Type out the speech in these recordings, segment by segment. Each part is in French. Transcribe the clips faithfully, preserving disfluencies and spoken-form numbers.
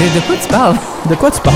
De, de quoi tu parles? De quoi tu parles?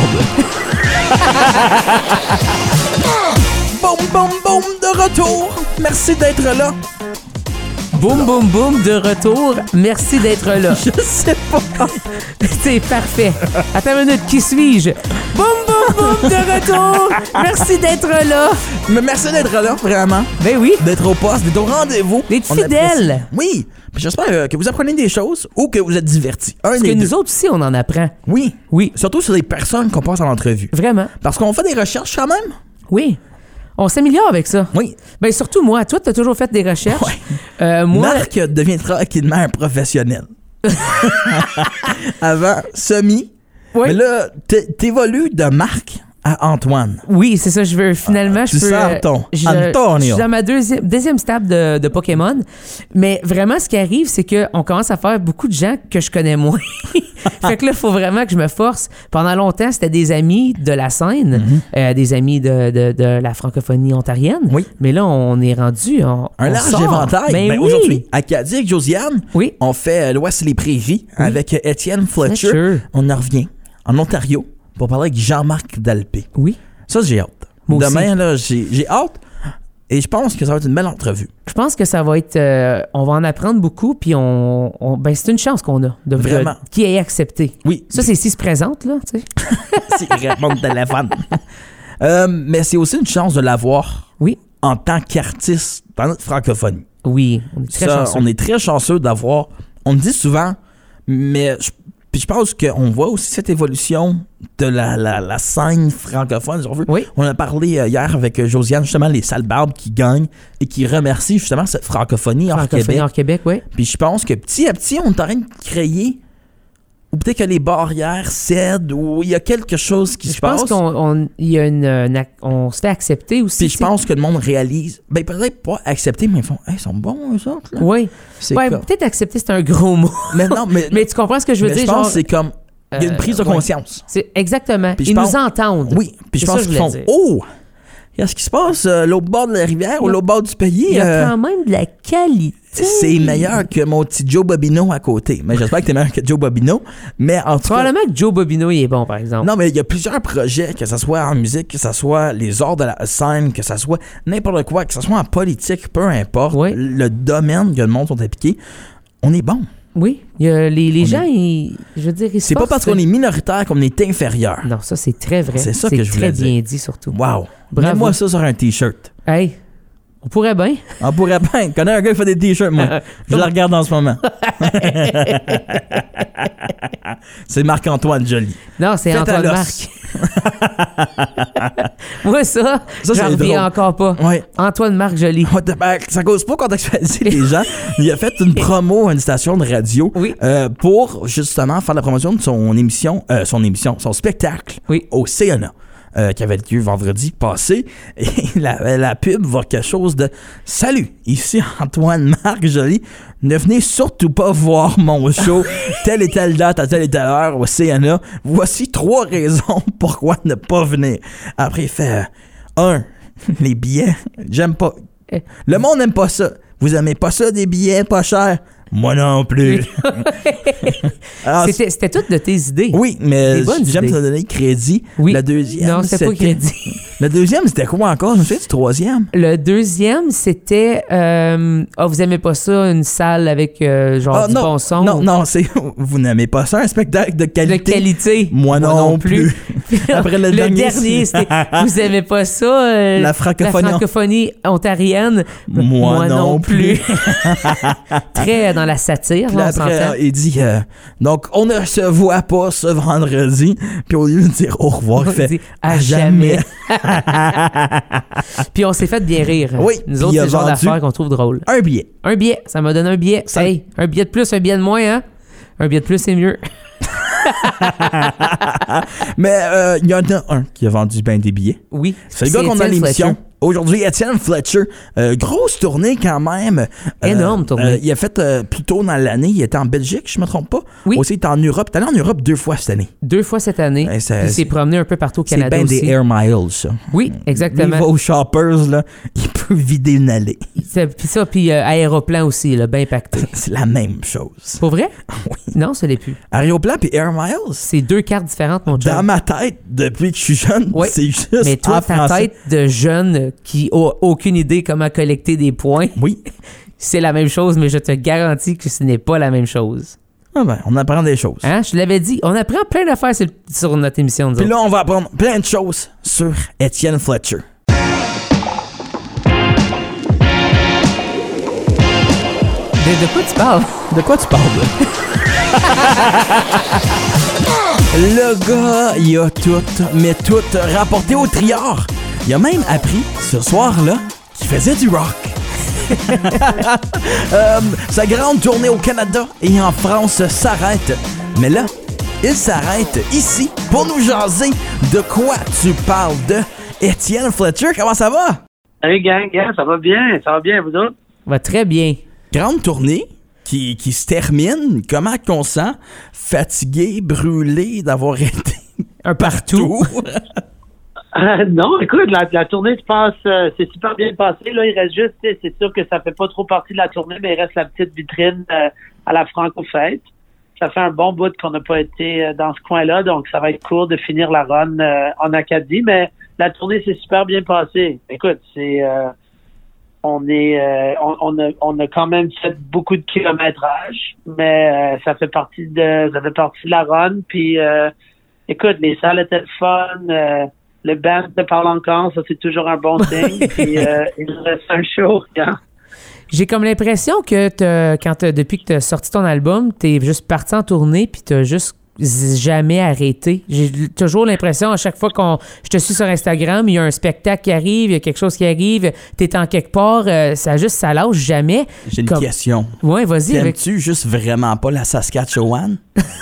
Boum, boum, boum, de retour. Merci d'être là. Boum, boum, boum, de retour. Merci d'être là. Je sais pas. C'est parfait. Attends une minute, qui suis-je? Boum, boum, boum, de retour. Merci d'être là. Mais merci d'être là, vraiment. Ben oui. D'être au poste, d'être au rendez-vous. D'être On fidèle. apprécie. Oui. Puis j'espère euh, que vous apprenez des choses ou que vous êtes divertis. Un Parce des que deux. nous autres aussi, on en apprend. Oui. Oui. Surtout sur les personnes qu'on passe en entrevue. Vraiment. Parce qu'on fait des recherches quand même. Oui. On s'améliore avec ça. Oui. Ben surtout moi. Toi, t'as toujours fait des recherches. Ouais. Euh, moi... Marc deviendra rapidement un professionnel. Avant, semi. Oui. Mais là, t'é- t'évolues de Marc à Antoine. Oui, c'est ça. Je veux finalement, Ah, je tu peux. sens euh, ton je, Antonio. je suis dans ma deuxième, deuxième step de, de Pokémon. Mais vraiment, ce qui arrive, c'est qu'on commence à faire beaucoup de gens que je connais moins. Fait que là, il faut vraiment que je me force. Pendant longtemps, c'était des amis de la scène, Mm-hmm. euh, des amis de, de, de la francophonie ontarienne. Oui. Mais là, on est rendu. On, Un on large sort. éventail. Ben Ben, oui. Aujourd'hui, à Caddy avec Josiane, Oui. on fait euh, l'Ouest les Prairies avec euh, Étienne Fletcher. Fletcher. On en revient en Ontario pour parler avec Jean-Marc Dalpé. Oui. Ça, j'ai hâte. Moi aussi. Demain, là, j'ai, j'ai hâte et je pense que ça va être une belle entrevue. Je pense que ça va être... euh, on va en apprendre beaucoup, puis on, on- ben, c'est une chance qu'on a. De, Vraiment. de- qui est accepté. Oui, Ça, c'est s'il se présente, là, tu sais. c'est répondre au téléphone. Euh, mais c'est aussi une chance de l'avoir Oui. en tant qu'artiste dans notre francophonie. Oui, on est très Ça, chanceux. on est très chanceux d'avoir. On le dit souvent, mais je, puis je pense qu'on voit aussi cette évolution de la, la, la scène francophone, si on veut. Oui. On a parlé euh, hier avec euh, Josiane, justement, les Sales Barbes qui gagnent et qui remercient justement cette francophonie hors Francophonie Québec. hors Québec, oui. Puis je pense que petit à petit, on est en train de créer, ou peut-être que les barrières cèdent, ou il y a quelque chose qui Je se pense passe. qu'on on, il y a une, une ac- on se fait accepter aussi. Puis je tu sais. pense que le monde réalise, ben peut-être pas accepter, mais ils font, hey, ils sont bons eux autres. Là. Oui. C'est Ouais, comme- peut-être accepter, c'est un gros mot. Mais non, mais, Mais tu comprends ce que je veux mais dire? je pense genre, que c'est comme, il y a une prise de euh, ouais. conscience. c'est exactement. Puis je Ils pense- nous entendent. Oui, puis je C'est pense ça que qu'ils je font, voulais dire. oh, qu'est-ce qui se passe euh, l'autre bord de la rivière ou Il y a- l'autre bord du pays? Il y a euh, quand même de la qualité. c'est meilleur que mon petit Joe Bobino à côté. Mais j'espère que t'es meilleur que Joe Bobino. Mais en tout cas, Probablement que Joe Bobino, il est bon, par exemple. non, mais il y a plusieurs projets, que ce soit en musique, que ce soit les arts de la scène, que ce soit n'importe quoi, que ce soit en politique, peu importe, Oui. le domaine que le monde sont impliqués, on est bon. Oui. Il y a les les On gens, est- ils- je veux dire, ils se C'est pas forcent, parce qu'on là. est minoritaire qu'on est inférieur. Non, ça, c'est très vrai. C'est ça que je voulais très bien dit, surtout. Wow. Bravo. Mets-moi ça sur un t-shirt. Hey, on pourrait bien. On pourrait bien. Je connais un gars qui fait des t-shirts, moi. Je le regarde en ce moment. C'est Marc-Antoine Joly. Non, c'est Faites à Antoine l'os. Marc. Moi, ça, Ça, j'en c'est reviens drôle. encore pas. Ouais. Antoine Marc Joly. What the- ben, ça cause pas contextualiser les gens. Il a fait une promo à une station de radio Oui. euh, pour justement faire la promotion de son émission, euh, son émission, son spectacle Oui. au C N A. Euh, qui avait lieu vendredi passé. Et la, la pub va quelque chose de « Salut, ici Antoine Marc Joly. Ne venez surtout pas voir mon show telle et telle date à telle et telle heure au C N A. Voici trois raisons pourquoi ne pas venir. » Après, il fait euh, un, les billets, j'aime pas. Le monde n'aime pas ça. Vous aimez pas ça, des billets pas chers? Moi non plus. Alors, C'était c'était toutes de tes idées. oui, mais Des bonnes j'aime idées. te donner crédit. Oui. Le deuxième, Non, c'était pas crédit. Le deuxième, c'était quoi encore? Je me souviens du troisième. Le deuxième, c'était... Euh, ah, vous aimez pas ça, une salle avec euh, genre Ah, du non, bon son? non, ou- non, c'est vous n'aimez pas ça, un spectacle de De qualité? qualité. Moi non plus. Après le le dernier, dernier, c'était vous aimez pas ça euh, La francophonie. la francophonie ontarienne. Moi non plus. Très euh, dans la satire, Puis là, on après, s'entend. euh, il dit euh, donc on ne se voit pas ce vendredi. Puis au lieu de dire au revoir, il On fait dit, à jamais. Puis on s'est fait bien rire. Oui, Nous puis autres, il a c'est le genre vendu- d'affaires qu'on trouve drôle. Un billet. Un billet, ça m'a donné un billet. Ça- Hey, un billet de plus, un billet de moins, hein? Un billet de plus, c'est mieux. Mais euh, il y en a un qui a vendu bien des billets. Oui. C'est le gars qu'on a à Étienne l'émission. Fletcher. Aujourd'hui, Étienne Fletcher, euh, grosse tournée quand même. Euh, Énorme tournée. Euh, il a fait euh, plus tôt dans l'année, il était en Belgique, je me trompe pas. Oui. Aussi, il était en Europe. T'es allé en Europe deux fois cette année. Deux fois cette année. Ouais, ça- Puis il s'est promené un peu partout au C'est Canada bien aussi. des Air Miles, ça. Oui, Il exactement. va aux shoppers, là, il peut vider une allée. C'est- Puis ça, puis euh, aéroplan aussi, là, bien pacté. C'est la même chose. Pour vrai? Oui. Non, ce n'est plus. Aéroplan puis Air Miles, C'est deux cartes différentes, mon chum. dans ma tête, depuis que je suis jeune, Oui. c'est juste Mais toi, en ta français. tête de jeune qui a aucune idée comment collecter des points, Oui. c'est la même chose, mais je te garantis que ce n'est pas la même chose. Ah ben, on apprend des choses. Hein? Je l'avais dit, on apprend plein d'affaires sur, sur notre émission. nous Puis autres. là, on va apprendre plein de choses sur Étienne Fletcher. De, de quoi tu parles? De quoi tu parles, là? Le gars, il a tout, mais tout rapporté au triard. Il a même appris, ce soir-là, qu'il faisait du rock. Euh, sa grande tournée au Canada et en France s'arrête. Mais là, il s'arrête ici pour nous jaser de quoi tu parles de Étienne Fletcher. Comment ça va? Hey gang, gang, ça va bien, ça va bien, vous autres? Va très bien. Grande tournée qui, qui se termine. Comment qu'on sent? Fatigué, brûlé d'avoir été Un partout. tout. Euh, non, écoute, la, la tournée se passe, euh, c'est super bien passé. Là, il reste juste, tu sais, c'est sûr que ça fait pas trop partie de la tournée, mais il reste la petite vitrine euh, à la Franco-Fête. Ça fait un bon bout qu'on n'a pas été euh, dans ce coin-là, donc ça va être court de finir la run euh, en Acadie, mais la tournée s'est super bien passée. Écoute, c'est, euh, on est, euh, on, on a, on a quand même fait beaucoup de kilométrage, mais euh, ça fait partie de, ça fait partie de la run. Puis, euh, écoute, les salles étaient le fun. Euh, Le band te parle encore, ça c'est toujours un bon signe. Puis euh, il nous reste un show. Hein? J'ai comme l'impression que t'as- quand t'as- depuis que tu as sorti ton album, tu es juste parti en tournée puis tu juste jamais arrêté. J'ai toujours l'impression, à chaque fois qu'on je te suis sur Instagram, il y a un spectacle qui arrive, il y a quelque chose qui arrive, tu es en quelque part, euh, ça juste, ça lâche jamais. J'ai une Comme- question. Ouais, vas-y. Avec... T'aimes-tu juste vraiment pas la Saskatchewan?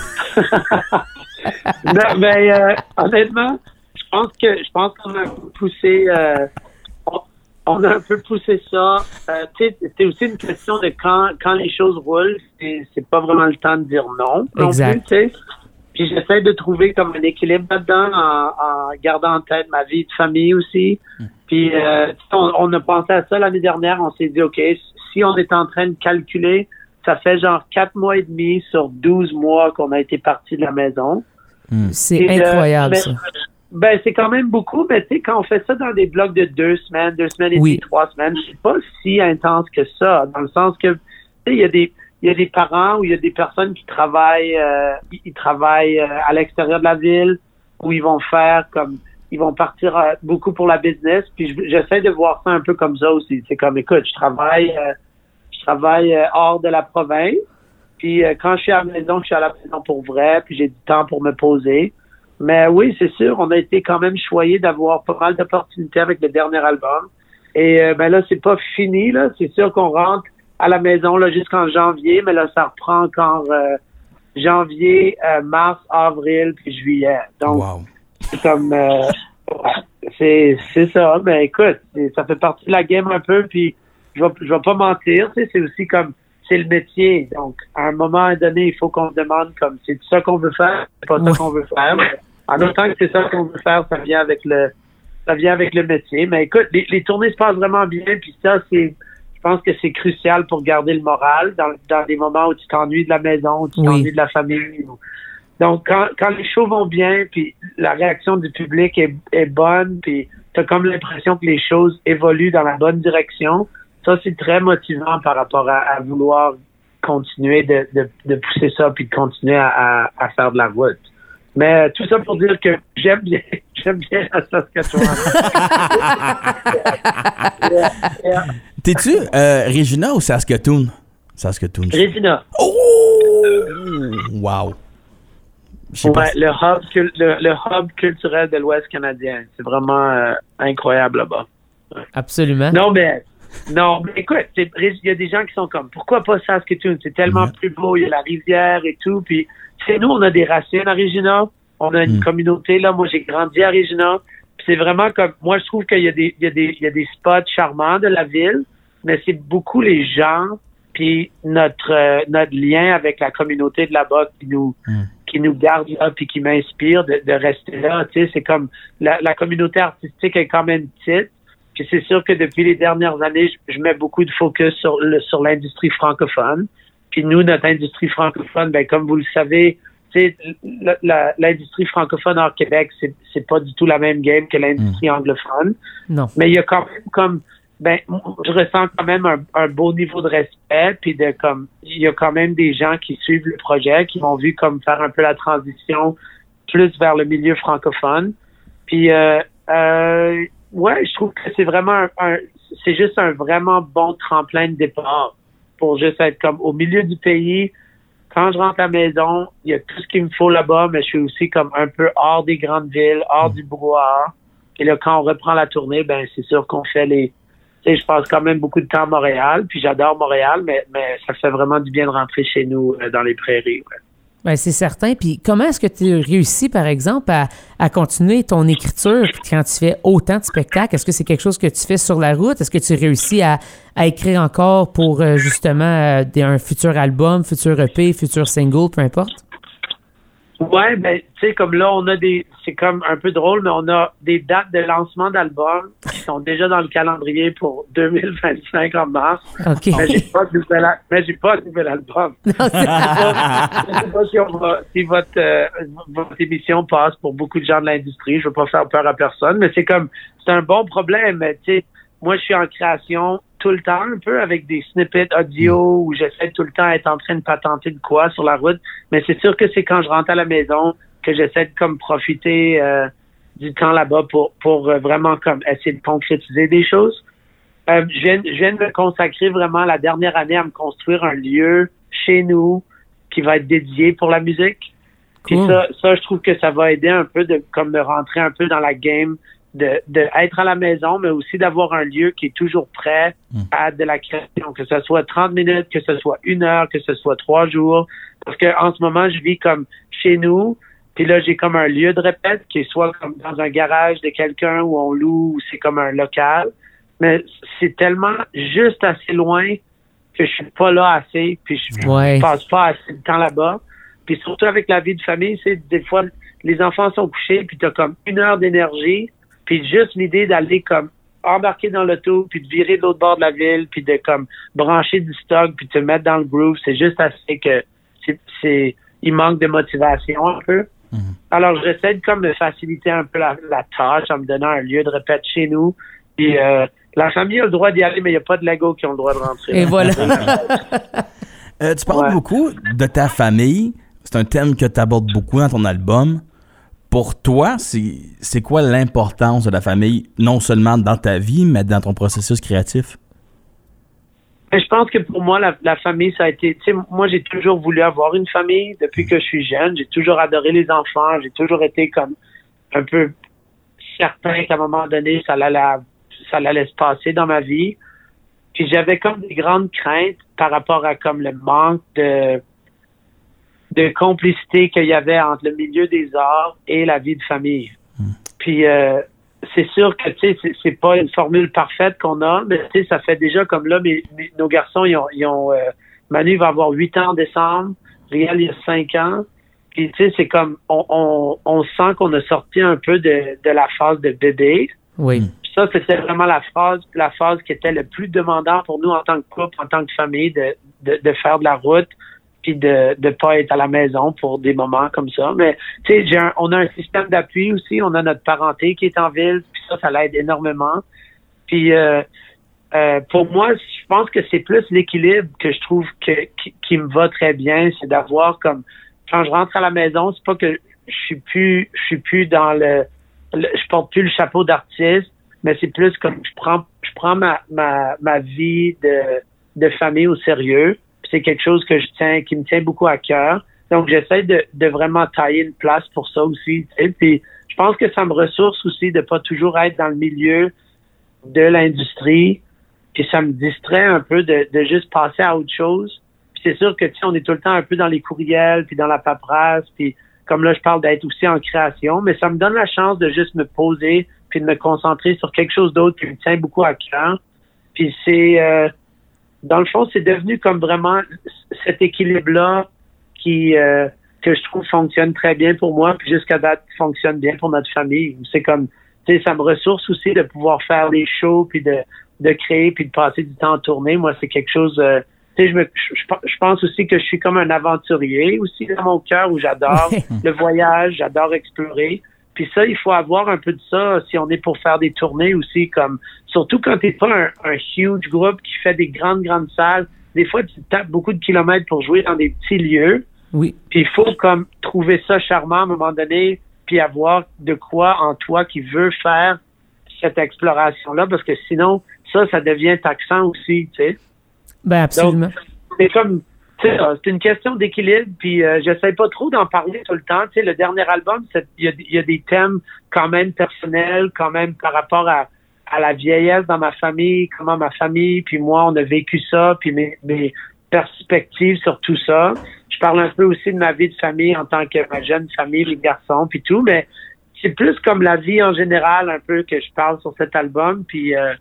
Non, mais euh, honnêtement, je pense que je pense qu'on a un peu poussé euh, on, on a un peu poussé ça. Euh, tu sais, c'est aussi une question de quand quand les choses roulent, c'est, c'est pas vraiment le temps de dire non. non Exact. plus, tu sais. Puis j'essaie de trouver comme un équilibre là-dedans en, en gardant en tête ma vie de famille aussi. Puis euh, on, on a pensé à ça l'année dernière. On s'est dit, OK, si on est en train de calculer, ça fait genre quatre mois et demi sur douze mois qu'on a été parti de la maison. C'est Et, euh, incroyable, mais- ça. Ben, c'est quand même beaucoup, mais tu sais, quand on fait ça dans des blocs de deux semaines, deux semaines et Oui. demie, trois semaines, c'est pas si intense que ça, dans le sens que, tu sais, il y a des, il y a des parents ou il y a des personnes qui travaillent, euh, ils, ils travaillent euh, à l'extérieur de la ville, où ils vont faire comme, ils vont partir euh, beaucoup pour la business, puis je- j'essaie de voir ça un peu comme ça aussi. C'est comme, écoute, je travaille, euh, je travaille euh, hors de la province, puis euh, quand je suis à la maison, je suis à la maison pour vrai, puis j'ai du temps pour me poser. Mais oui, c'est sûr, on a été quand même choyés d'avoir pas mal d'opportunités avec le dernier album. Et euh, ben là, c'est pas fini, là. C'est sûr qu'on rentre à la maison là jusqu'en janvier, mais là, ça reprend encore euh, janvier, euh, mars, avril, puis juillet. Donc, Wow. c'est comme euh, ouais, c'est c'est ça. Mais écoute, c'est- ça fait partie de la game un peu, puis je vais je vais pas mentir, tu sais, c'est aussi comme c'est le métier. Donc, à un moment donné, il faut qu'on se demande comme c'est ça qu'on veut faire, c'est pas Ouais. ça qu'on veut faire. Mais en autant que c'est ça qu'on veut faire, ça vient avec le ça vient avec le métier. Mais écoute, les, les tournées se passent vraiment bien, puis ça, c'est je pense que c'est crucial pour garder le moral dans, dans des moments où tu t'ennuies de la maison, où tu Oui. t'ennuies de la famille. ou- Donc, quand, quand les shows vont bien, puis la réaction du public est, est bonne, puis t'as comme l'impression que les choses évoluent dans la bonne direction, ça, c'est très motivant par rapport à, à vouloir continuer de, de, de pousser ça, puis de continuer à, à, à faire de la route. Mais euh, tout ça pour dire que j'aime bien, j'aime bien la Saskatchewan. Yeah, yeah. T'es-tu euh, Regina ou Saskatoon? Saskatoon. Regina. Oh! Wow. Je sais pas Ouais, si- le hub, cul- le, le hub culturel de l'Ouest canadien. C'est vraiment euh, incroyable là-bas. Absolument. Non, mais, non, mais écoute, c'est- il y a des gens qui sont comme, pourquoi pas Saskatoon? C'est tellement Mhm. plus beau, il y a la rivière et tout. Puis, tu sais, nous, on a des racines à Regina. On a une Mhm. communauté, là. Moi, j'ai grandi à Regina. Puis c'est vraiment comme, moi, je trouve qu'il y a des, il y a des, il y a des spots charmants de la ville, mais c'est beaucoup les gens, puis notre, euh, notre lien avec la communauté de là-bas qui nous, mm. qui nous garde là, puis qui m'inspire de, de rester là. Tu sais, c'est comme, la, la communauté artistique est quand même petite, puis c'est sûr que depuis les dernières années, je, je mets beaucoup de focus sur le, sur l'industrie francophone. Puis nous, notre industrie francophone, ben, comme vous le savez, tu la, la, l'industrie francophone hors Québec, c'est, c'est pas du tout la même game que l'industrie mmh. anglophone. Non. Mais il y a quand même comme, ben, je ressens quand même un, un beau niveau de respect, puis de comme, il y a quand même des gens qui suivent le projet, qui m'ont vu comme faire un peu la transition plus vers le milieu francophone. Puis, euh, euh, ouais, je trouve que c'est vraiment un, un c'est juste un vraiment bon tremplin de départ pour juste être comme au milieu du pays. Quand je rentre à la maison, il y a tout ce qu'il me faut là-bas, mais je suis aussi comme un peu hors des grandes villes, hors mmh. du brouhaha. Et là, quand on reprend la tournée, ben c'est sûr qu'on fait les... Tu sais, je passe quand même beaucoup de temps à Montréal, puis j'adore Montréal, mais, mais ça fait vraiment du bien de rentrer chez nous euh, dans les prairies. Ouais. Ben, c'est certain. Puis comment est-ce que tu réussis, par exemple, à, à continuer ton écriture quand tu fais autant de spectacles? Est-ce que c'est quelque chose que tu fais sur la route? Est-ce que tu réussis à, à écrire encore pour euh, justement euh, des, un futur album, futur E P, futur single, peu importe? Ouais, ben, tu sais, comme là, on a des, c'est comme un peu drôle, mais on a des dates de lancement d'albums qui sont déjà dans le calendrier pour deux mille vingt-cinq en mars. OK. Mais j'ai pas de nouvel, mais j'ai pas de nouvel album. Non, c'est pas, je sais pas si on va, si votre, euh, votre émission passe pour beaucoup de gens de l'industrie. Je veux pas faire peur à personne, mais c'est comme, c'est un bon problème, mais tu sais, moi, je suis en création tout le temps, un peu avec des snippets audio où j'essaie tout le temps d'être en train de patenter de quoi sur la route. Mais c'est sûr que c'est quand je rentre à la maison que j'essaie de comme profiter euh, du temps là-bas pour pour euh, vraiment comme essayer de concrétiser des choses. Euh, je viens, je viens de me consacrer vraiment la dernière année à me construire un lieu chez nous qui va être dédié pour la musique. Puis cool. ça, ça, je trouve que ça va aider un peu de comme de rentrer un peu dans la game de, de être à la maison, mais aussi d'avoir un lieu qui est toujours prêt à de la création, que ce soit trente minutes, que ce soit une heure, que ce soit trois jours. Parce que en ce moment, je vis comme chez nous, puis là, j'ai comme un lieu de répète qui est soit comme dans un garage de quelqu'un où on loue, ou c'est comme un local. Mais c'est tellement juste assez loin que je suis pas là assez, puis je ouais. passe pas assez de temps là-bas. Puis surtout avec la vie de famille, c'est des fois, les enfants sont couchés, puis t'as comme une heure d'énergie. Puis juste l'idée d'aller comme embarquer dans l'auto, puis de virer de l'autre bord de la ville, puis de comme brancher du stock, puis de te mettre dans le groove, c'est juste assez que c'est, c'est il manque de motivation un peu. Mm-hmm. Alors j'essaie de comme me faciliter un peu la, la tâche en me donnant un lieu de répète chez nous. Puis euh, la famille a le droit d'y aller, mais il n'y a pas de Lego qui ont le droit de rentrer. Et voilà. euh, tu parles ouais. beaucoup de ta famille. C'est un thème que tu abordes beaucoup dans ton album. Pour toi, c'est, c'est quoi l'importance de la famille, non seulement dans ta vie, mais dans ton processus créatif? Je pense que pour moi, la, la famille, ça a été... Tu sais, moi, j'ai toujours voulu avoir une famille depuis que je suis jeune. J'ai toujours adoré les enfants. J'ai toujours été comme un peu certain qu'à un moment donné, ça allait, ça allait se passer dans ma vie. Puis j'avais comme des grandes craintes par rapport à comme le manque de... de complicité qu'il y avait entre le milieu des arts et la vie de famille. Mmh. Puis euh, c'est sûr que tu sais c'est, c'est pas une formule parfaite qu'on a, mais tu sais ça fait déjà comme là mes, mes nos garçons ils ont ils ont euh, Manu va avoir huit ans en décembre, Riel il a cinq ans. Puis tu sais c'est comme on on on sent qu'on a sorti un peu de de la phase de bébé. Oui. Puis ça c'était vraiment la phase la phase qui était le plus demandant pour nous en tant que couple, en tant que famille de de, de faire de la route. Puis de de pas être à la maison pour des moments comme ça. Mais tu sais, j'ai un, on a un système d'appui aussi. On a notre parenté qui est en ville. Puis ça, ça l'aide énormément. Puis euh, euh, pour moi, je pense que c'est plus l'équilibre que je trouve que qui, qui me va très bien. C'est d'avoir comme quand je rentre à la maison, c'est pas que je suis plus je suis plus dans le, le je porte plus le chapeau d'artiste, mais c'est plus comme je prends je prends ma ma ma vie de de famille au sérieux. C'est quelque chose que je tiens, qui me tient beaucoup à cœur. Donc, j'essaie de, de vraiment tailler une place pour ça aussi. Tu sais. Puis, je pense que ça me ressource aussi de pas toujours être dans le milieu de l'industrie. Puis, ça me distrait un peu de, de juste passer à autre chose. Puis, c'est sûr que, tu sais, on est tout le temps un peu dans les courriels, puis dans la paperasse. Puis, comme là, je parle d'être aussi en création. Mais ça me donne la chance de juste me poser, puis de me concentrer sur quelque chose d'autre qui me tient beaucoup à cœur. Puis c'est, euh, dans le fond, c'est devenu comme vraiment cet équilibre-là qui euh, que je trouve fonctionne très bien pour moi, puis jusqu'à date fonctionne bien pour notre famille. C'est comme, tu sais, ça me ressource aussi de pouvoir faire des shows, puis de de créer, puis de passer du temps en tournée. Moi, c'est quelque chose... Euh, tu sais, je, me, je, je pense aussi que je suis comme un aventurier aussi dans mon cœur, où j'adore le voyage, j'adore explorer. Puis ça, il faut avoir un peu de ça si on est pour faire des tournées aussi, comme surtout quand t'es pas un, un huge groupe qui fait des grandes, grandes salles. Des fois, tu tapes beaucoup de kilomètres pour jouer dans des petits lieux. Oui. Puis il faut comme trouver ça charmant à un moment donné, puis avoir de quoi en toi qui veut faire cette exploration-là, parce que sinon, ça, ça devient taxant aussi, tu sais. Ben absolument. Donc, c'est comme, tu sais, c'est une question d'équilibre, puis euh, j'essaie pas trop d'en parler tout le temps. Tu sais, le dernier album, il y, y a des thèmes quand même personnels, quand même par rapport à, à la vieillesse dans ma famille, comment ma famille, puis moi, on a vécu ça, puis mes, mes perspectives sur tout ça. Je parle un peu aussi de ma vie de famille en tant que ma jeune famille, les garçons, puis tout, mais c'est plus comme la vie en général un peu que je parle sur cet album, puis euh,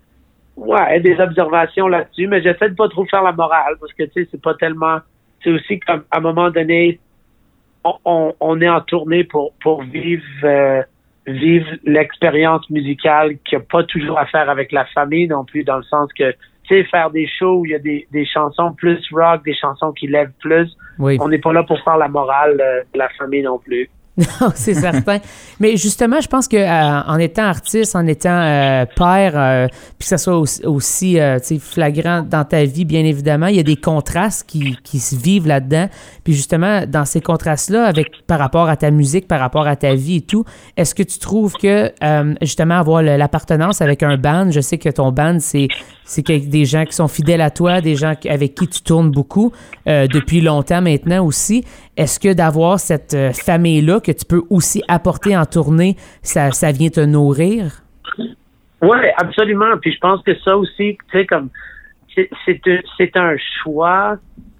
ouais, des observations là-dessus, mais j'essaie de pas trop faire la morale, parce que, tu sais, c'est pas tellement... C'est aussi comme, à un moment donné, on, on, on est en tournée pour, pour vivre euh, vivre l'expérience musicale qui a pas toujours à faire avec la famille non plus, dans le sens que, tu sais, faire des shows où il y a des, des chansons plus rock, des chansons qui lèvent plus, oui. On n'est pas là pour faire la morale euh, de la famille non plus. Non, c'est certain. Mais justement, je pense que euh, en étant artiste, en étant euh, père, euh, puis que ça soit aussi, aussi euh, flagrant dans ta vie, bien évidemment, il y a des contrastes qui, qui se vivent là-dedans. Puis justement, dans ces contrastes-là, avec par rapport à ta musique, par rapport à ta vie et tout, est-ce que tu trouves que euh, justement avoir le, l'appartenance avec un band, je sais que ton band, c'est c'est des gens qui sont fidèles à toi, des gens avec qui tu tournes beaucoup euh, depuis longtemps maintenant aussi. Est-ce que d'avoir cette euh, famille-là que tu peux aussi apporter en tournée, ça, ça vient te nourrir? Oui, absolument. Puis je pense que ça aussi, tu sais, comme c'est, c'est, un, c'est un choix,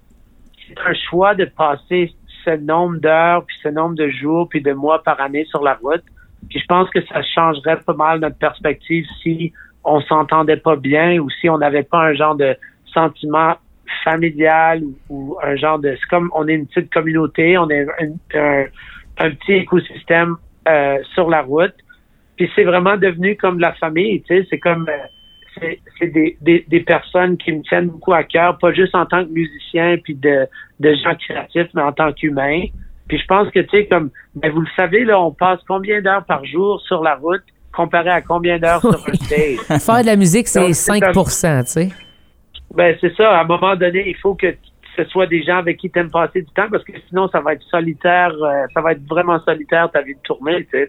c'est un choix de passer ce nombre d'heures, puis ce nombre de jours, puis de mois par année sur la route. Puis je pense que ça changerait pas mal notre perspective si on s'entendait pas bien ou si on n'avait pas un genre de sentiment familial ou, ou un genre de... C'est comme on est une petite communauté, on est un, un, un petit écosystème euh, sur la route. Puis c'est vraiment devenu comme de la famille, tu sais, c'est comme... Euh, c'est, c'est des, des, des personnes qui me tiennent beaucoup à cœur, pas juste en tant que musicien puis de, de gens créatifs, mais en tant qu'humain. Puis je pense que, tu sais, comme... Ben, vous le savez, là, on passe combien d'heures par jour sur la route comparé à combien d'heures sur un stage? Faire de la musique, c'est Donc, cinq pour cent, tu sais. Ben, c'est ça. À un moment donné, il faut que ce soit des gens avec qui tu aimes passer du temps, parce que sinon, ça va être solitaire. Euh, ça va être vraiment solitaire, ta vie de tournée, tu sais.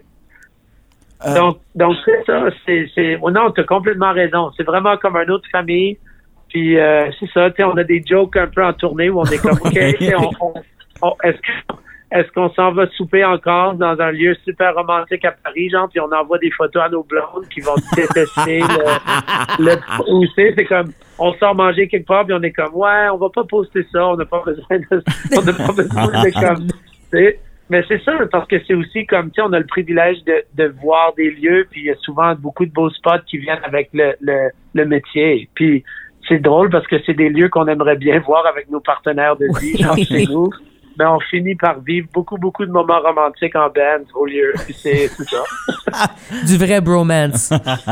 Euh... Donc, donc c'est ça. C'est, c'est... Oh non, tu as complètement raison. C'est vraiment comme une autre famille. Puis, euh, c'est ça. Tu sais, on a des jokes un peu en tournée où on est comme, OK, on, on, on, est-ce que... Est-ce qu'on s'en va souper encore dans un lieu super romantique à Paris, genre, puis on envoie des photos à nos blondes qui vont détester le, le où c'est, c'est comme, on sort manger quelque part, puis on est comme, ouais, on va pas poster ça, on n'a pas besoin de, on n'a pas besoin de comme, tu sais. Mais c'est ça, parce que c'est aussi comme, tu sais, on a le privilège de, de voir des lieux, puis il y a souvent beaucoup de beaux spots qui viennent avec le, le, le métier. Puis c'est drôle parce que c'est des lieux qu'on aimerait bien voir avec nos partenaires de vie, genre chez nous. Mais on finit par vivre beaucoup, beaucoup de moments romantiques en band au lieu. Puis c'est, c'est ça. Du vrai bromance.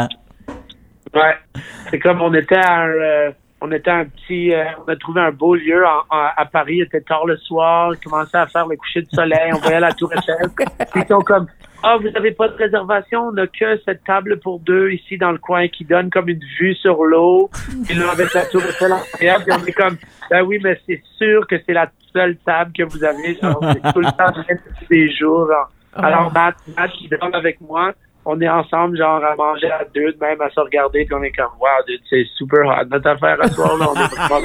Ouais. C'est comme on était à un, euh, on était à un petit, euh, on a trouvé un beau lieu en, en, à Paris. Il était tard le soir. On commençait à faire le coucher du soleil. On voyait la Tour Eiffel. Puis ils sont comme, ah, oh, vous avez pas de réservation. On n'a que cette table pour deux ici dans le coin qui donne comme une vue sur l'eau. Puis là, avec la Tour Eiffel en arrière. Puis on est comme, ben oui, mais c'est sûr que c'est la seule table que vous avez. Genre, c'est tout le temps, tous les jours. Genre. Alors, Matt, Matt, qui drame avec moi, on est ensemble, genre, à manger à deux, même à se regarder, puis on est comme, wow, dude, c'est super hot. Notre affaire à soir, là, on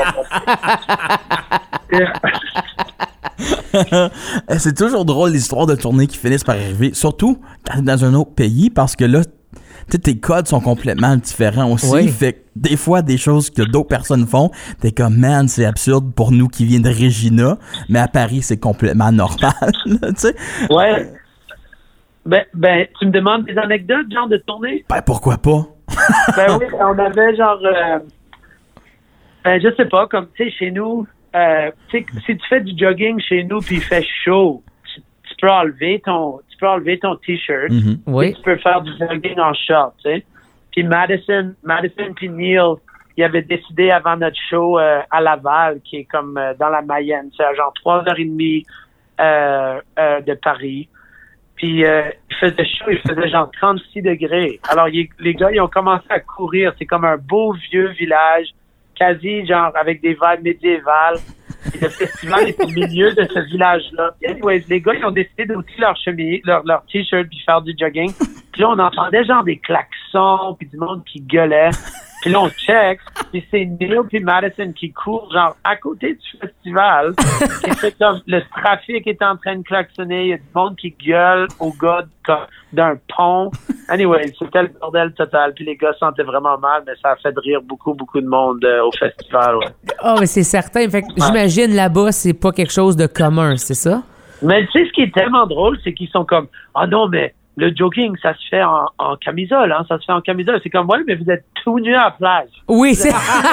est vraiment C'est toujours drôle, l'histoire de tournée qui finissent par arriver, surtout quand t'es dans un autre pays, parce que là, tu sais, tes codes sont complètement différents aussi. Oui. Fait que des fois, des choses que d'autres personnes font, t'es comme, man, c'est absurde pour nous qui viennent de Regina, mais à Paris, c'est complètement normal, tu sais. Ouais. Ben, ben, tu me demandes des anecdotes, genre de tournée? Ben, pourquoi pas? Ben oui, on avait genre... Euh, ben, je sais pas, comme, tu sais, chez nous, euh, tu sais, si tu fais du jogging chez nous puis il fait chaud, tu, tu peux enlever ton tu peux enlever ton T-shirt. Mm-hmm. Oui. Tu peux faire du jogging en short, tu sais. Puis Madison, Madison puis Neil, ils avaient décidé avant notre show euh, à Laval, qui est comme euh, dans la Mayenne, c'est à genre trois heures trente euh, euh, de Paris. Puis euh, il faisait chaud, il faisait genre trente-six degrés. Alors il, les gars, ils ont commencé à courir. C'est comme un beau vieux village, quasi genre avec des vibes médiévales. Et le festival est au milieu de ce village-là. Anyways, les gars, ils ont décidé d'ôter leur chemise, leur, leur t-shirt, puis faire du jogging. Puis là, on entendait genre des klaxons, puis du monde qui gueulait. Puis là, on check, puis c'est Neil puis Madison qui courent, genre, à côté du festival. Et c'est comme, le trafic est en train de klaxonner, il y a du monde qui gueule au gars d'un pont. Anyway, c'était le bordel total. Puis les gars se sentaient vraiment mal, mais ça a fait rire beaucoup, beaucoup de monde euh, au festival, ouais. Ah, oh, mais c'est certain. Fait que j'imagine, là-bas, c'est pas quelque chose de commun, c'est ça? Mais tu sais, ce qui est tellement drôle, c'est qu'ils sont comme, ah oh non, mais le jogging, ça se fait en, en camisole, hein, ça se fait en camisole. C'est comme, ouais, mais vous êtes tout nu à la plage. Oui, c'est...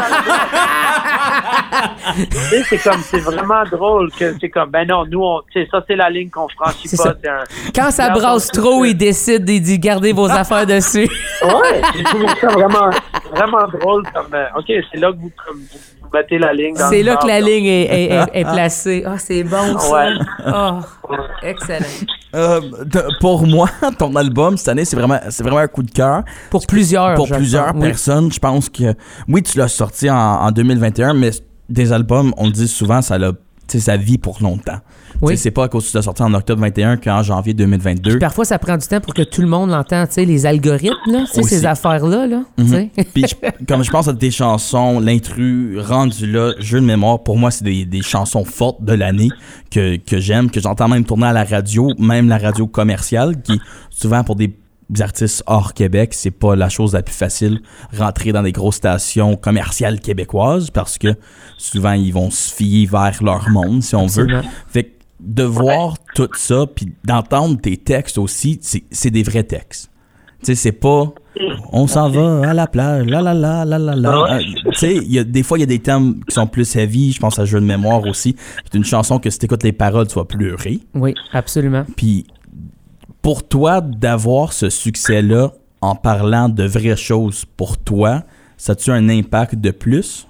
Tu sais, c'est comme, c'est vraiment drôle que c'est comme, ben non, nous, on, tu sais, ça, c'est la ligne qu'on franchit c'est pas. Ça. C'est un, Quand ça brasse trop, ils décident de dire, gardez vos affaires dessus. Ouais, j'ai trouvé ça vraiment, vraiment drôle. Comme, euh, OK, c'est là que vous, comme, vous mettez la ligne. Dans c'est le là nord, que la donc. ligne est, est, est, est placée. Ah, oh, c'est bon, ça. Ouais. Oh, excellent. Euh, de, pour moi, ton album cette année, c'est vraiment, c'est vraiment un coup de cœur. Pour plusieurs, Pour plusieurs pense, personnes, oui. Je pense que oui, tu l'as sorti en, en deux mille vingt et un, mais des albums, on le dit souvent, ça a, ça vit pour longtemps. Oui. C'est pas à cause que tu l'as sorti en octobre vingt et un qu'en janvier deux mille vingt-deux. Puis parfois, ça prend du temps pour que tout le monde l'entende, tu sais, les algorithmes, là, ces affaires-là. Là, mm-hmm. Puis je, comme je pense à tes chansons, l'intrus, rendu là, jeu de mémoire, pour moi, c'est des, des chansons fortes de l'année que, que j'aime, que j'entends même tourner à la radio, même la radio commerciale, qui souvent pour des artistes hors Québec, c'est pas la chose la plus facile, rentrer dans des grosses stations commerciales québécoises, parce que souvent, ils vont se fier vers leur monde, si on Absolument. veut. Fait que de voir ouais. tout ça, puis d'entendre tes textes aussi, c'est, c'est des vrais textes. Tu sais, c'est pas « on s'en va à la plage, la la la la la la ouais. ». Tu sais, y a, des fois, il y a des thèmes qui sont plus heavy, je pense à Jeu de mémoire aussi. C'est une chanson que si t'écoutes les paroles, tu vas pleurer. Oui, absolument. Puis pour toi, d'avoir ce succès-là en parlant de vraies choses pour toi, ça a-tu un impact de plus?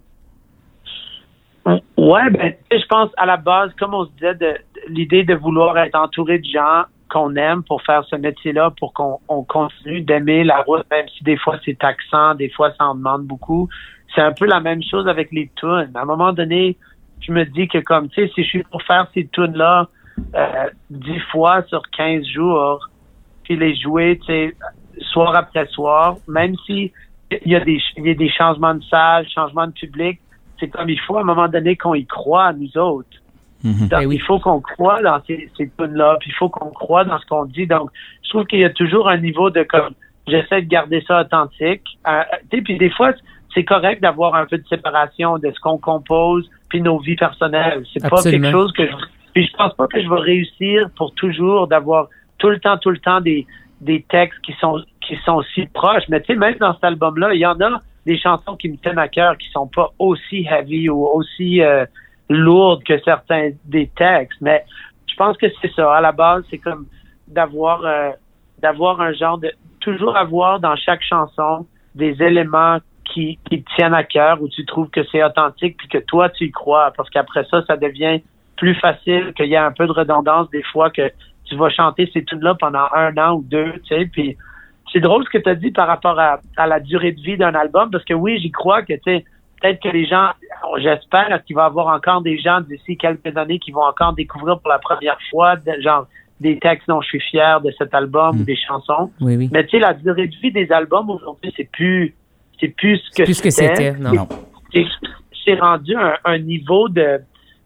Ouais, ben, je pense à la base, comme on se disait, de, de l'idée de vouloir être entouré de gens qu'on aime pour faire ce métier-là, pour qu'on on continue d'aimer la route, même si des fois c'est taxant, des fois ça en demande beaucoup. C'est un peu la même chose avec les tunes. À un moment donné, je me dis que comme, tu sais, si je suis pour faire ces tunes-là euh, dix fois sur quinze jours, puis les jouer, tu sais, soir après soir, même si il y a des, il y a des changements de salle, changements de public, c'est comme il faut à un moment donné qu'on y croit, nous autres. Mm-hmm. Donc, oui. Il faut qu'on croit dans ces, ces tunes-là, puis il faut qu'on croit dans ce qu'on dit. Donc, je trouve qu'il y a toujours un niveau de comme, j'essaie de garder ça authentique. Euh, tu sais, puis des fois, c'est correct d'avoir un peu de séparation de ce qu'on compose, puis nos vies personnelles. C'est Absolument. Pas quelque chose que je... Puis je pense pas que je vais réussir pour toujours d'avoir tout le temps, tout le temps des, des textes qui sont, qui sont si proches. Mais tu sais, même dans cet album-là, il y en a des chansons qui me tiennent à cœur, qui sont pas aussi heavy ou aussi euh, lourdes que certains des textes. Mais je pense que c'est ça. À la base, c'est comme d'avoir euh, d'avoir un genre de... Toujours avoir dans chaque chanson des éléments qui, qui te tiennent à cœur, où tu trouves que c'est authentique, puis que toi, tu y crois. Parce qu'après ça, ça devient plus facile, qu'il y a un peu de redondance des fois, que tu vas chanter ces tunes-là pendant un an ou deux, tu sais, puis c'est drôle ce que tu as dit par rapport à, à la durée de vie d'un album, parce que oui, j'y crois que, tu sais, peut-être que les gens, j'espère qu'il va y avoir encore des gens d'ici quelques années qui vont encore découvrir pour la première fois, de, genre, des textes dont je suis fier de cet album, mmh. ou des chansons. Oui, oui. Mais tu sais, la durée de vie des albums aujourd'hui, c'est plus, c'est plus ce que c'est plus c'était. Ce que c'était, non. C'est, c'est rendu un, un niveau de,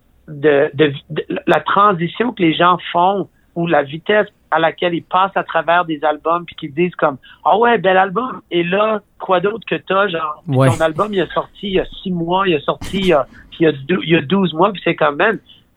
de, de, de, de la transition que les gens font, ou la vitesse à laquelle ils passent à travers des albums, puis qu'ils disent comme « Ah oh ouais, bel album! » Et là, quoi d'autre que t'as, genre, ouais. Ton album, il a sorti il y a six mois, il a sorti il y a, il y a, deux, il y a douze mois, puis c'est quand même,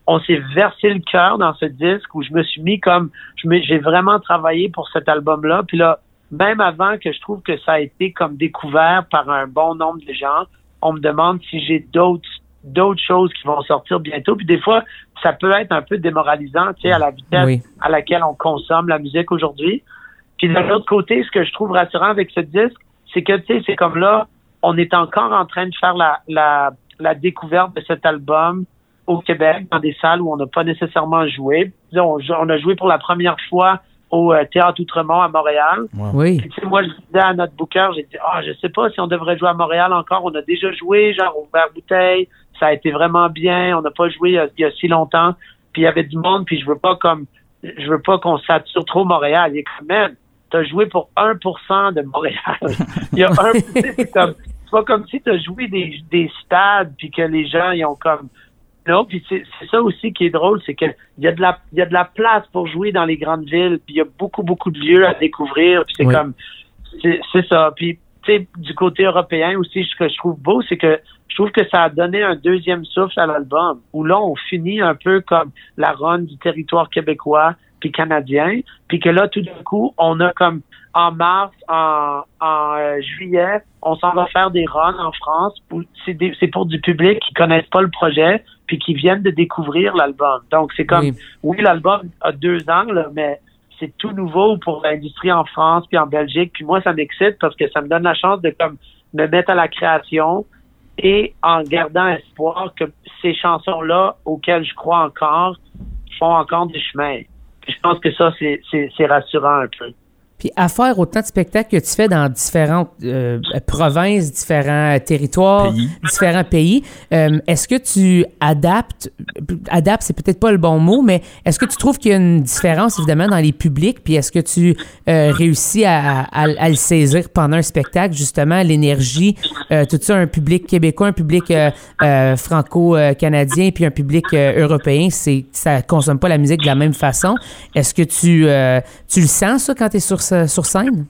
on s'est versé le cœur dans ce disque où je me suis mis comme, je me, j'ai vraiment travaillé pour cet album-là. Puis là, même avant que je trouve que ça a été comme découvert par un bon nombre de gens, on me demande si j'ai d'autres d'autres choses qui vont sortir bientôt. Puis des fois, ça peut être un peu démoralisant, tu sais, à la vitesse oui. à laquelle on consomme la musique aujourd'hui. Puis de l'autre côté, ce que je trouve rassurant avec ce disque, c'est que, tu sais, c'est comme là, on est encore en train de faire la, la, la découverte de cet album au Québec, dans des salles où on n'a pas nécessairement joué. On, on a joué pour la première fois au euh, Théâtre Outremont à Montréal. Wow. Oui. Puis, tu sais, moi, je disais à notre booker, j'ai dit, ah, oh, je sais pas si on devrait jouer à Montréal encore. On a déjà joué, genre, au Vert-Bouteille. Ça a été vraiment bien. On n'a pas joué il y a si longtemps. Puis, il y avait du monde. Puis, je veux pas comme, je veux pas qu'on sature trop Montréal. Il est quand même, t'as joué pour un pour cent de Montréal. Il y a un, c'est comme, c'est pas comme si t'as joué des, des stades puis que les gens, ils ont comme, non, puis c'est, c'est ça aussi qui est drôle, c'est que il y a de la il y a de la place pour jouer dans les grandes villes, puis il y a beaucoup beaucoup de lieux à découvrir, puis c'est oui. comme c'est, c'est ça. Puis tu sais, du côté européen aussi, ce que je trouve beau, c'est que je trouve que ça a donné un deuxième souffle à l'album, où là on finit un peu comme la run du territoire québécois puis canadien, puis que là tout d'un coup on a comme en mars, en, en euh, juillet, on s'en va faire des runs en France. Où c'est, des, c'est pour du public qui connaissent pas le projet puis qui viennent de découvrir l'album. Donc, c'est comme, oui, oui l'album a deux ans, là, mais c'est tout nouveau pour l'industrie en France puis en Belgique. Puis moi, ça m'excite parce que ça me donne la chance de comme me mettre à la création et en gardant espoir que ces chansons-là, auxquelles je crois encore, font encore du chemin. Puis je pense que ça, c'est, c'est, c'est rassurant un peu. Puis à faire autant de spectacles que tu fais dans différentes euh, provinces, différents territoires, pays. différents pays, euh, est-ce que tu adaptes, adaptes, c'est peut-être pas le bon mot, mais est-ce que tu trouves qu'il y a une différence évidemment dans les publics, puis est-ce que tu euh, réussis à, à, à le saisir pendant un spectacle, justement, l'énergie, euh, tout ça, un public québécois, un public euh, euh, franco-canadien, puis un public euh, européen, c'est ça consomme pas la musique de la même façon. Est-ce que tu, euh, tu le sens, ça, quand tu es sur sur scène?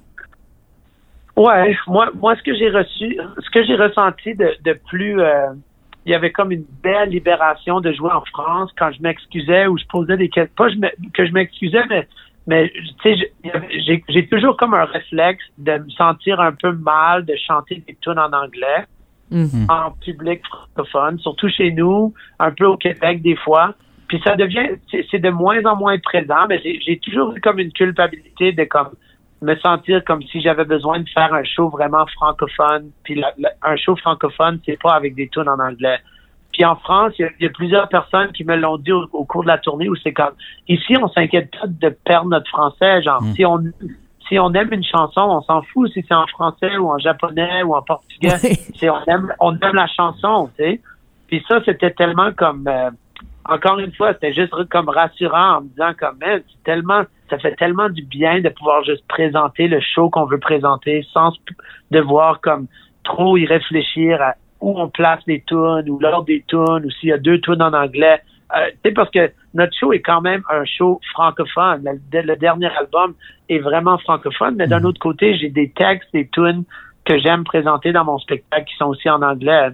Ouais, moi, moi, ce que j'ai reçu, ce que j'ai ressenti de, de plus, euh, il y avait comme une belle libération de jouer en France quand je m'excusais ou je posais des questions. Pas je me, que je m'excusais, mais, mais tu sais, j'ai, j'ai toujours comme un réflexe de me sentir un peu mal de chanter des tunes en anglais mm-hmm. en public francophone, surtout chez nous, un peu au Québec des fois. Puis ça devient, c'est, c'est de moins en moins présent, mais j'ai, j'ai toujours eu comme une culpabilité de comme me sentir comme si j'avais besoin de faire un show vraiment francophone. Puis la, la, un show francophone, c'est pas avec des tunes en anglais. Puis en France, il y, y a plusieurs personnes qui me l'ont dit au, au cours de la tournée où c'est comme, ici, on s'inquiète pas de perdre notre français. Genre, mmh. si on si on aime une chanson, on s'en fout si c'est en français ou en japonais ou en portugais. c'est, on aime on aime la chanson, tu sais. Puis ça, c'était tellement comme... Euh, encore une fois, c'était juste comme rassurant en me disant comme, man, c'est tellement, ça fait tellement du bien de pouvoir juste présenter le show qu'on veut présenter sans devoir comme trop y réfléchir à où on place les tunes ou l'ordre des tunes ou s'il y a deux tunes en anglais. Euh, tu sais, parce que notre show est quand même un show francophone. Le, le dernier album est vraiment francophone, mais d'un autre côté, j'ai des textes, des tunes que j'aime présenter dans mon spectacle qui sont aussi en anglais.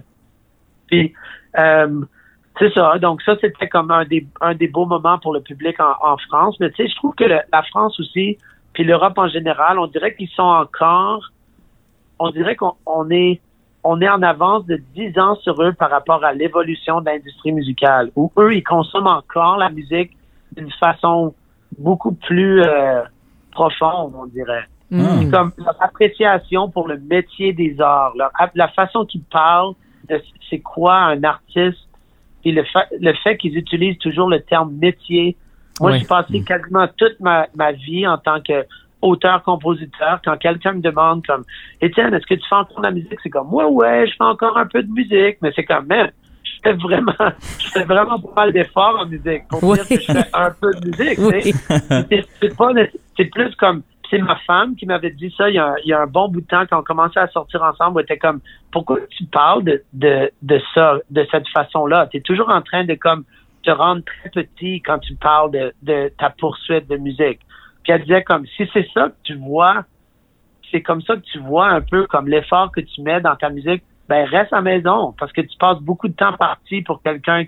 Puis, euh, c'est ça. Donc ça, c'était comme un des un des beaux moments pour le public en, en France. Mais tu sais, je trouve que le, la France aussi, puis l'Europe en général, on dirait qu'ils sont encore, on dirait qu'on on est on est en avance de dix ans sur eux par rapport à l'évolution de l'industrie musicale. Où eux, ils consomment encore la musique d'une façon beaucoup plus euh, profonde, on dirait. Mm. Comme leur appréciation pour le métier des arts, leur, la façon qu'ils parlent de c'est quoi un artiste. Puis le fait, le fait qu'ils utilisent toujours le terme métier. Moi, oui. j'ai passé quasiment toute ma, ma vie en tant que auteur-compositeur. Quand quelqu'un me demande comme, Étienne, est-ce que tu fais encore de la musique? C'est comme, ouais, ouais, je fais encore un peu de musique. Mais c'est comme, même, je fais vraiment, je fais vraiment pas mal d'efforts en musique pour oui. dire que je fais un peu de musique. Oui. C'est, c'est pas, c'est plus comme, c'est ma femme qui m'avait dit ça il y a un, il y a un bon bout de temps quand on commençait à sortir ensemble. Elle était comme, pourquoi tu parles de, de, de ça, de cette façon-là? Tu es toujours en train de comme te rendre très petit quand tu parles de, de ta poursuite de musique. Puis elle disait comme, si c'est ça que tu vois, c'est comme ça que tu vois un peu comme l'effort que tu mets dans ta musique, ben reste à la maison parce que tu passes beaucoup de temps parti pour quelqu'un qui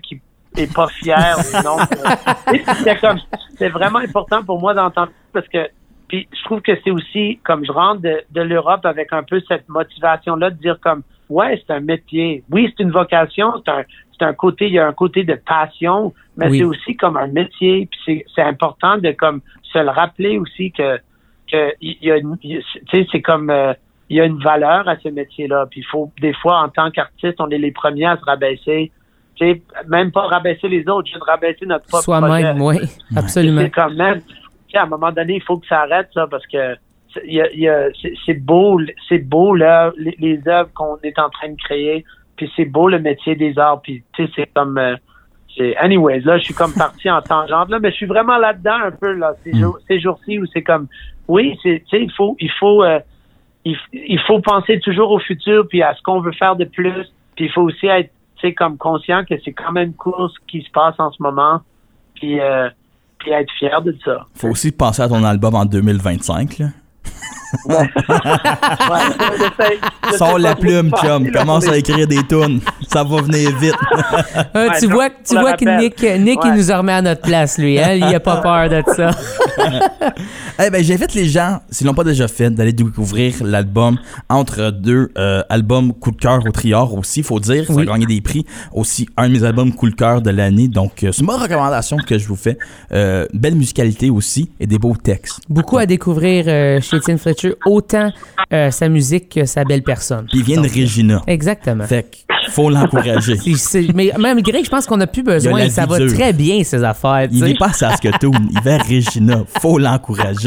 est pas fier. Non, c'est comme, c'est vraiment important pour moi d'entendre parce que, puis je trouve que c'est aussi comme je rentre de, de l'Europe avec un peu cette motivation-là de dire comme, ouais, c'est un métier. Oui, c'est une vocation. C'est un, c'est un côté, il y a un côté de passion, mais oui. c'est aussi comme un métier. Puis c'est, c'est important de comme se le rappeler aussi que, que il y a, tu sais, c'est comme euh, il y a une valeur à ce métier-là. Puis il faut, des fois, en tant qu'artiste, on est les premiers à se rabaisser. Tu sais, même pas rabaisser les autres, juste rabaisser notre propre Soi-même, oui, absolument. C'est quand même, tu sais, à un moment donné, il faut que ça arrête ça parce que il y a, il y a, c'est, c'est beau, c'est beau là, les, les œuvres qu'on est en train de créer. Puis c'est beau le métier des arts. Puis tu sais, c'est comme, euh, c'est, anyways, là, je suis comme parti en tangente là, mais je suis vraiment là-dedans un peu là, ces, mm. jours, ces jours-ci où c'est comme, oui, c'est, tu sais, il faut, il faut, euh, il, il faut penser toujours au futur puis à ce qu'on veut faire de plus. Puis il faut aussi être c'est comme conscient que c'est quand même cool ce qui se passe en ce moment, puis, euh, puis être fier de ça. Faut aussi penser à ton album en deux mille vingt-cinq, là. Ouais. ouais, j'essaie, j'essaie Sors la plume, chum. Commence à écrire des tunes. Ça va venir vite. euh, tu ouais, vois, tu vois que Nick, Nick ouais. il nous a remis à notre place, lui. Hein? Il a pas peur de ça. Eh ben, j'invite les gens, s'ils l'ont pas déjà fait, d'aller découvrir l'album entre deux euh, albums coup de cœur au Trior aussi, faut dire. Ça oui. a gagné des prix. Aussi, un de mes albums coup de cœur de l'année. Donc, euh, c'est ma recommandation que je vous fais. Euh, belle musicalité aussi et des beaux textes. Beaucoup à découvrir euh, chez Étienne Fletcher. Autant euh, sa musique que sa belle personne. Puis il vient de Regina. Exactement. Fait qu'il faut l'encourager. c'est, c'est, mais malgré que je pense qu'on n'a plus besoin, ça va dure. Très bien, ses affaires. Il n'est pas à Saskatoon, il va à Regina. Faut l'encourager.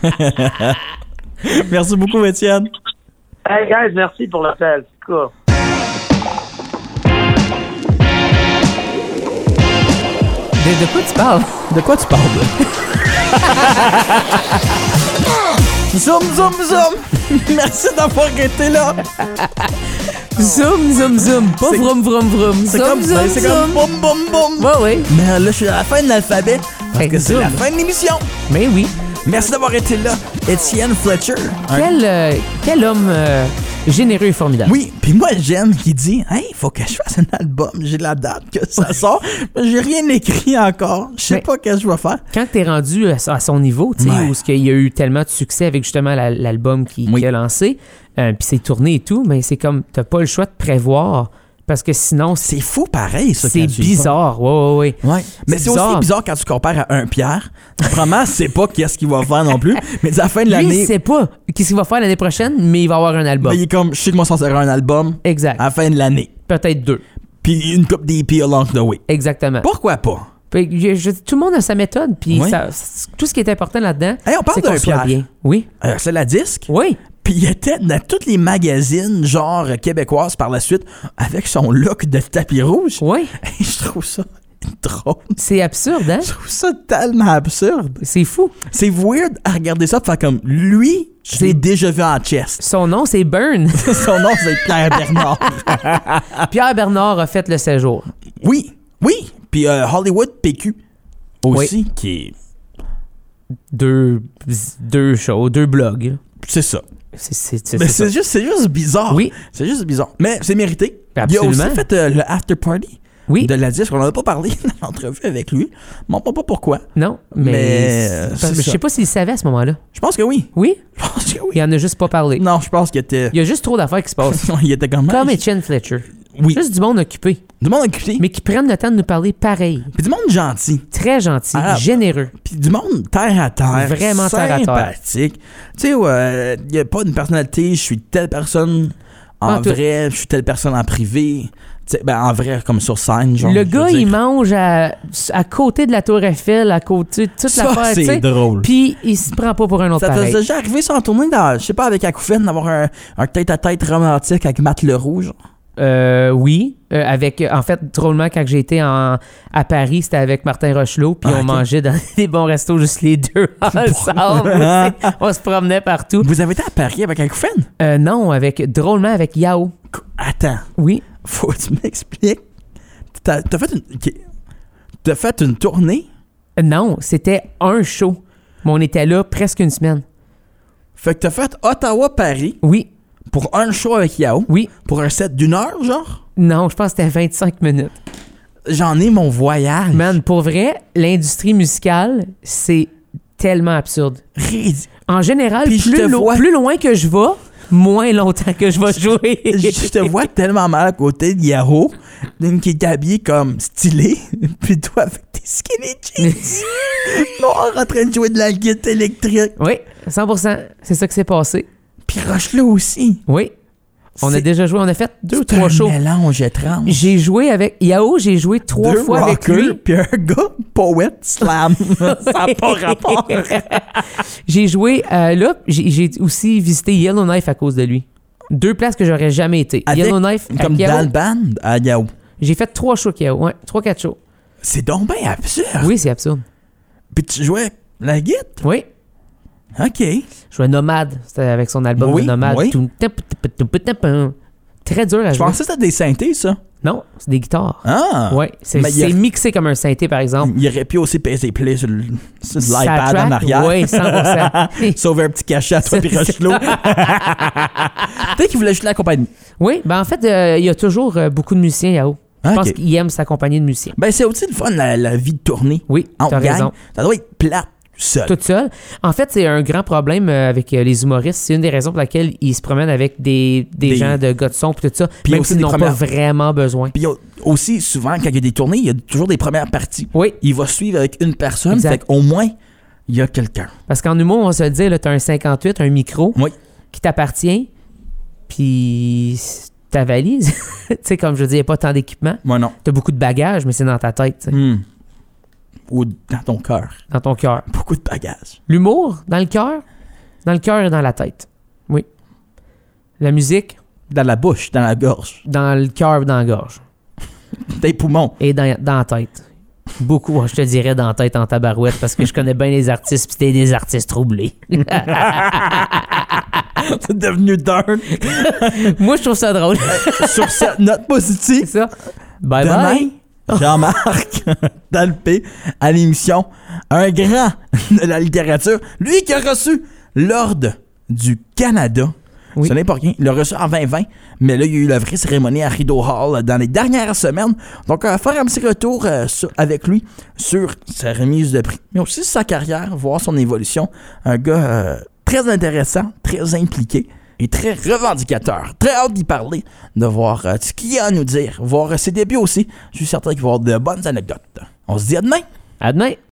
Merci beaucoup, Étienne. Hey, guys, merci pour l'appel. C'est cool. De, de quoi tu parles? De quoi tu parles? Zoom, zoom, zoom! Merci d'avoir été là! Zoom, zoom, zoom! Pas c'est, vroom, vroom, vroom! C'est zoom, comme, zoom, c'est zoom! comme boum, boum, boum! Ouais, oui! Mais là, je suis à la fin de l'alphabet parce hey, que zoom. C'est la fin de l'émission! Mais oui! Merci d'avoir été là, Étienne Fletcher! Quel, euh, quel homme euh, généreux et formidable! Oui, puis moi, j'aime qui dit « Hey, il faut que je fasse un album, j'ai la date que ça sort, mais j'ai rien écrit encore, je sais mais pas qu'est-ce que je vais faire. » Quand t'es rendu à, à son niveau, tu sais, ouais. où il y a eu tellement de succès avec justement la, l'album qu'il oui. qui a lancé, euh, puis c'est tourné et tout, mais c'est comme, t'as pas le choix de prévoir. Parce que sinon... C'est fou pareil, ça. C'est bizarre, oui, oui, oui. Ouais. Mais c'est, c'est aussi bizarre quand tu compares à un Pierre. Vraiment, c'est pas qu'est-ce qu'il va faire non plus. Mais à la fin de l'année... Lui, il sait pas qu'est-ce qu'il va faire l'année prochaine, mais il va avoir un album. Mais il est comme, je sais que moi, ça sera un album. Exact. À la fin de l'année. Peut-être deux. Puis une coupe d'E P along the way. Exactement. Pourquoi pas? Je, je, tout le monde a sa méthode, puis oui. tout ce qui est important là-dedans, hey, on parle c'est qu'on d'un soit Pierre. bien. Oui. Euh, c'est la disque? Oui. Puis il était dans tous les magazines, genre québécoises par la suite, avec son look de tapis rouge. Oui. Et je trouve ça drôle. C'est absurde, hein? Je trouve ça tellement absurde. C'est fou. C'est weird à regarder ça, de faire comme lui, je l'ai déjà vu en chest. Son nom, c'est Burn. Son nom, c'est Pierre Bernard. Pierre Bernard a fait le séjour. Oui, oui. Puis euh, Hollywood P Q aussi, oui. qui est... Deux, deux shows, deux blogs. C'est ça. C'est, c'est, c'est, mais c'est, c'est, juste, c'est juste bizarre. Oui. C'est juste bizarre. Mais c'est mérité. Absolument. Il a aussi fait euh, le after party oui. de la disque. On n'en a pas parlé dans l'entrevue avec lui. Mais on ne sait pas pourquoi. Non, mais, mais euh, je ne sais pas s'il savait à ce moment-là. Je pense que oui. Oui? Je pense que oui. Il en a juste pas parlé. Non, je pense qu'il était... Il y a juste trop d'affaires qui se passent. Il était comme... Comme Étienne Fletcher. Oui. Juste du monde occupé. Du monde occupé. Mais qui prennent le temps de nous parler pareil. Puis du monde gentil. Très gentil, ah, généreux. Puis du monde terre à terre. Vraiment terre à terre. Sympathique. Tu sais, il ouais, n'y a pas une personnalité, je suis telle personne en ah, vrai, je suis telle personne en privé. T'sais, ben en vrai, comme sur scène, genre. Le gars, il mange à, à côté de la Tour Eiffel, à côté de toute ça, l'affaire, c'est t'sais, drôle. Puis il se prend pas pour un autre ça pareil. Ça t'est déjà arrivé sans tourner dans, je sais pas, avec Acouphène, d'avoir un, un tête-à-tête romantique avec Matt Leroux, genre? Euh, oui, euh, avec en fait drôlement quand j'ai été en, à Paris, c'était avec Martin Rochelot, puis ah, on okay. mangeait dans des bons restos juste les deux ensemble. On se promenait partout. Vous avez été à Paris avec Acouphène? Euh, non, avec drôlement avec Yao. Attends. Oui. Faut que tu m'expliques. T'as, t'as fait une t'as fait une tournée? Euh, non, c'était un show. Mais on était là presque une semaine. Fait que t'as fait Ottawa-Paris? Oui. Pour un show avec Yao? Oui. Pour un set d'une heure, genre? Non, je pense que c'était vingt-cinq minutes. j'en ai mon voyage. Man, pour vrai, l'industrie musicale, c'est tellement absurde. Rid- En général, Puis je plus, te lo- vois- plus loin que je vais, moins longtemps que je vais jouer. Je te vois tellement mal à côté de Yahoo, d'une qui est habillée comme stylé, puis toi avec tes skinny jeans, noir en train de jouer de la guitare électrique. Oui, cent pour cent. C'est ça qui s'est passé. Puis Rochelet aussi. Oui. On a C'est- déjà joué, on a fait deux ou C'est trois un shows. mélange étrange. J'ai joué avec Yao, j'ai joué trois Deux fois avec rockers, lui. puis un gars poète slam. Ça n'a pas rapport. J'ai joué euh, là, j'ai j'ai aussi visité Yellowknife à cause de lui. Deux places que j'aurais jamais été. Avec- Yellowknife, Comme avec Yao. dans le band à Yahoo. J'ai fait trois shows avec Yao, ouais, trois, quatre shows. C'est donc bien absurde. Oui, c'est absurde. Puis tu jouais la guitare? Oui. OK. Je jouais Nomade, c'était avec son album Oui, de Nomade. oui. Tout- Très dur à Je jouer. pensais que c'était des synthés, ça. Non, c'est des guitares. Ah! Ouais, c'est Mais il y a- c'est mixé comme un synthé, par exemple. Il aurait pu aussi peser play sur le- sur Ça l'iPad track, en arrière. oui, cent pour cent. Sauver un petit cachet à toi C'est- puis Rochelot. Peut-être qu'il voulait juste l'accompagner. Oui, ben en fait, euh, il y a toujours euh, beaucoup de musiciens, Yao. Je Ah, pense ok. qu'il aime s'accompagner de musiciens. Ben, c'est aussi le fun, la, la vie de tournée. Oui, En t'as gang. raison. Ça doit être plate, seul. Toute seule. En fait, c'est un grand problème euh, avec euh, les humoristes. C'est une des raisons pour laquelle ils se promènent avec des, des, Des- gens de gars de son et tout ça, Puis même aussi s'ils des n'ont premières- pas vraiment besoin. Puis il y a aussi, souvent, quand il y a des tournées, il y a toujours des premières parties. Oui, Il va suivre avec une personne, Exact. fait qu'au moins, il y a quelqu'un. parce qu'en humour, on va se le dire, tu as un cinquante-huit, un micro Oui. qui t'appartient, puis ta valise. Tu sais, comme je dis, il n'y a pas tant d'équipement. Moi, non. Tu as beaucoup de bagages, mais c'est dans ta tête, tu sais, Hmm. Ou dans ton cœur. dans ton cœur. Beaucoup de bagages. L'humour, dans le cœur, dans le cœur et dans la tête. Oui. La musique, Dans la bouche, dans la gorge. dans le cœur et dans la gorge. Tes poumons. Et dans, dans la tête. Beaucoup, je te dirais dans la tête en tabarouette parce que je connais bien les artistes pis t'es des artistes troublés. C'est devenu dark. Moi, je trouve ça drôle. Sur cette note C'est positive. ça. Bye Demain, bye. Jean-Marc Dalpé à l'émission Un grand de la littérature. Lui qui a reçu l'Ordre du Canada. Oui. Ce n'est pas rien. Il l'a reçu en vingt vingt, mais là, il y a eu la vraie cérémonie à Rideau Hall dans les dernières semaines. Donc, on va faire un petit retour euh, sur- avec lui sur sa remise de prix, mais aussi sa carrière, voir son évolution. Un gars euh, très intéressant, très impliqué et très revendicateur. Très hâte d'y parler, de voir euh, ce qu'il a à nous dire, voir euh, ses débuts aussi. Je suis certain qu'il va y avoir de bonnes anecdotes. On se dit à demain! À demain.